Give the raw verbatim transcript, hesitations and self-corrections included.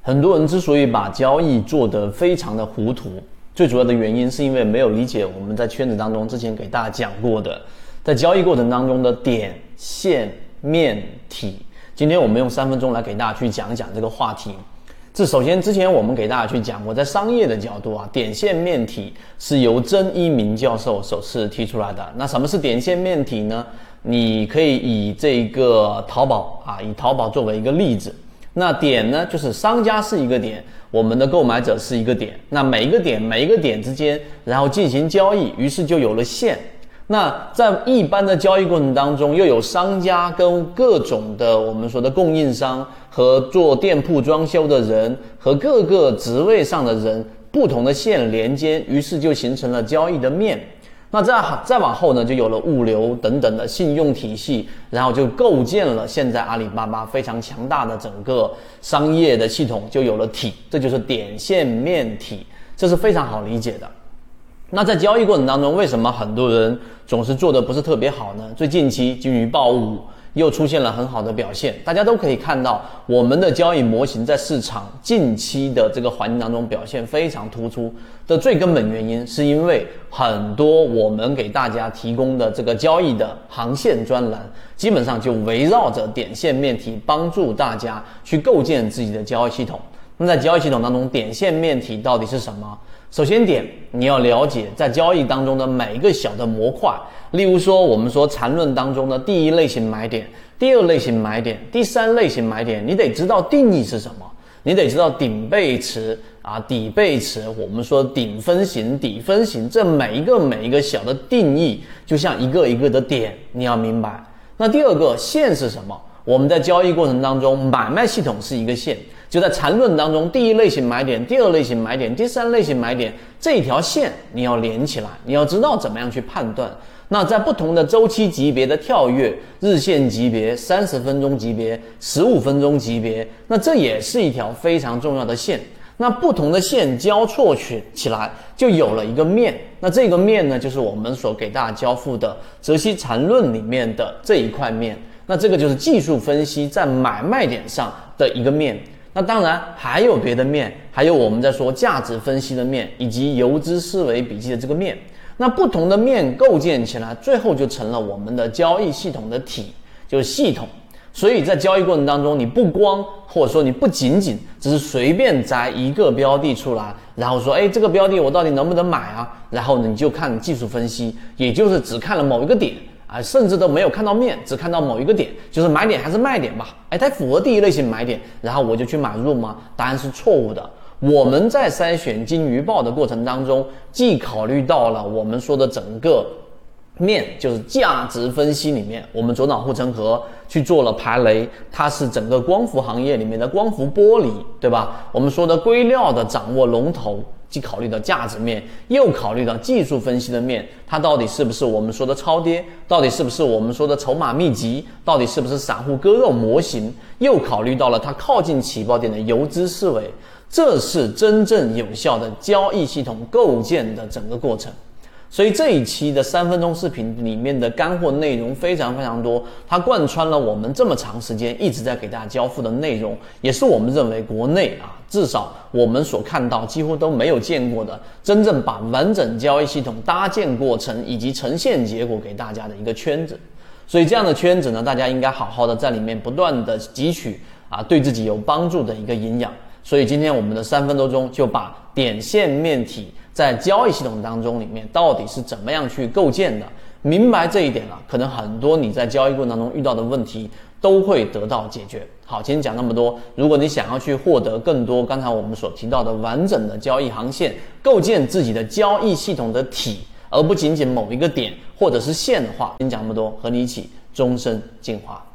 很多人之所以把交易做得非常的糊涂，最主要的原因是因为没有理解我们在圈子当中之前给大家讲过的，在交易过程当中的点、线、面、体。今天我们用三分钟来给大家去讲一讲这个话题。这首先之前我们给大家去讲过，在商业的角度啊，点线面体是由曾一鸣教授首次提出来的。那什么是点线面体呢？你可以以这个淘宝啊，以淘宝作为一个例子。那点呢，就是商家是一个点，我们的购买者是一个点，那每一个点每一个点之间，然后进行交易，于是就有了线。那在一般的交易过程当中，又有商家跟各种的我们说的供应商和做店铺装修的人和各个职位上的人不同的线连接，于是就形成了交易的面。那再再往后呢，就有了物流等等的信用体系，然后就构建了现在阿里巴巴非常强大的整个商业的系统，就有了体，这就是点线面体，这是非常好理解的。那在交易过程当中，为什么很多人总是做的不是特别好呢？最近期金鱼报五又出现了很好的表现，大家都可以看到我们的交易模型在市场近期的这个环境当中表现非常突出的最根本原因，是因为很多我们给大家提供的这个交易的航线专栏，基本上就围绕着点线面体，帮助大家去构建自己的交易系统。那在交易系统当中，点线面体到底是什么？首先点，你要了解在交易当中的每一个小的模块，例如说我们说缠论当中的第一类型买点、第二类型买点、第三类型买点，你得知道定义是什么，你得知道顶背驰啊、底背驰，我们说顶分型、底分型，这每一个每一个小的定义，就像一个一个的点，你要明白。那第二个线是什么？我们在交易过程当中，买卖系统是一个线，就在缠论当中，第一类型买点、第二类型买点、第三类型买点，这一条线你要连起来，你要知道怎么样去判断。那在不同的周期级别的跳跃，日线级别、三十分钟级别、十五分钟级别，那这也是一条非常重要的线。那不同的线交错起来，就有了一个面。那这个面呢，就是我们所给大家交付的泽熙缠论里面的这一块面。那这个就是技术分析在买卖点上的一个面。那当然还有别的面，还有我们在说价值分析的面，以及游资思维笔记的这个面。那不同的面构建起来，最后就成了我们的交易系统的体，就是系统。所以在交易过程当中，你不光或者说你不仅仅只是随便摘一个标的出来，然后说哎，这个标的我到底能不能买啊？然后你就看技术分析，也就是只看了某一个点啊，甚至都没有看到面，只看到某一个点，就是买点还是卖点吧？哎，它符合第一类型买点，然后我就去买入吗？答案是错误的。我们在筛选金鱼报的过程当中，既考虑到了我们说的整个面，就是价值分析里面，我们左脑护城河去做了排雷，它是整个光伏行业里面的光伏玻璃，对吧？我们说的硅料的掌握龙头，既考虑到价值面，又考虑到技术分析的面，它到底是不是我们说的超跌，到底是不是我们说的筹码密集，到底是不是散户割肉模型，又考虑到了它靠近起爆点的游资思维。这是真正有效的交易系统构建的整个过程。所以这一期的三分钟视频里面的干货内容非常非常多，它贯穿了我们这么长时间一直在给大家交付的内容，也是我们认为国内啊，至少我们所看到几乎都没有见过的，真正把完整交易系统搭建过程以及呈现结果给大家的一个圈子。所以这样的圈子呢，大家应该好好的在里面不断的汲取啊，对自己有帮助的一个营养。所以今天我们的三分多钟就把点线面体在交易系统当中里面到底是怎么样去构建的，明白这一点了，可能很多你在交易过程当中遇到的问题都会得到解决。好，今天讲那么多，如果你想要去获得更多刚才我们所提到的完整的交易航线，构建自己的交易系统的体，而不仅仅某一个点或者是线的话，今天讲那么多，和你一起终身进化。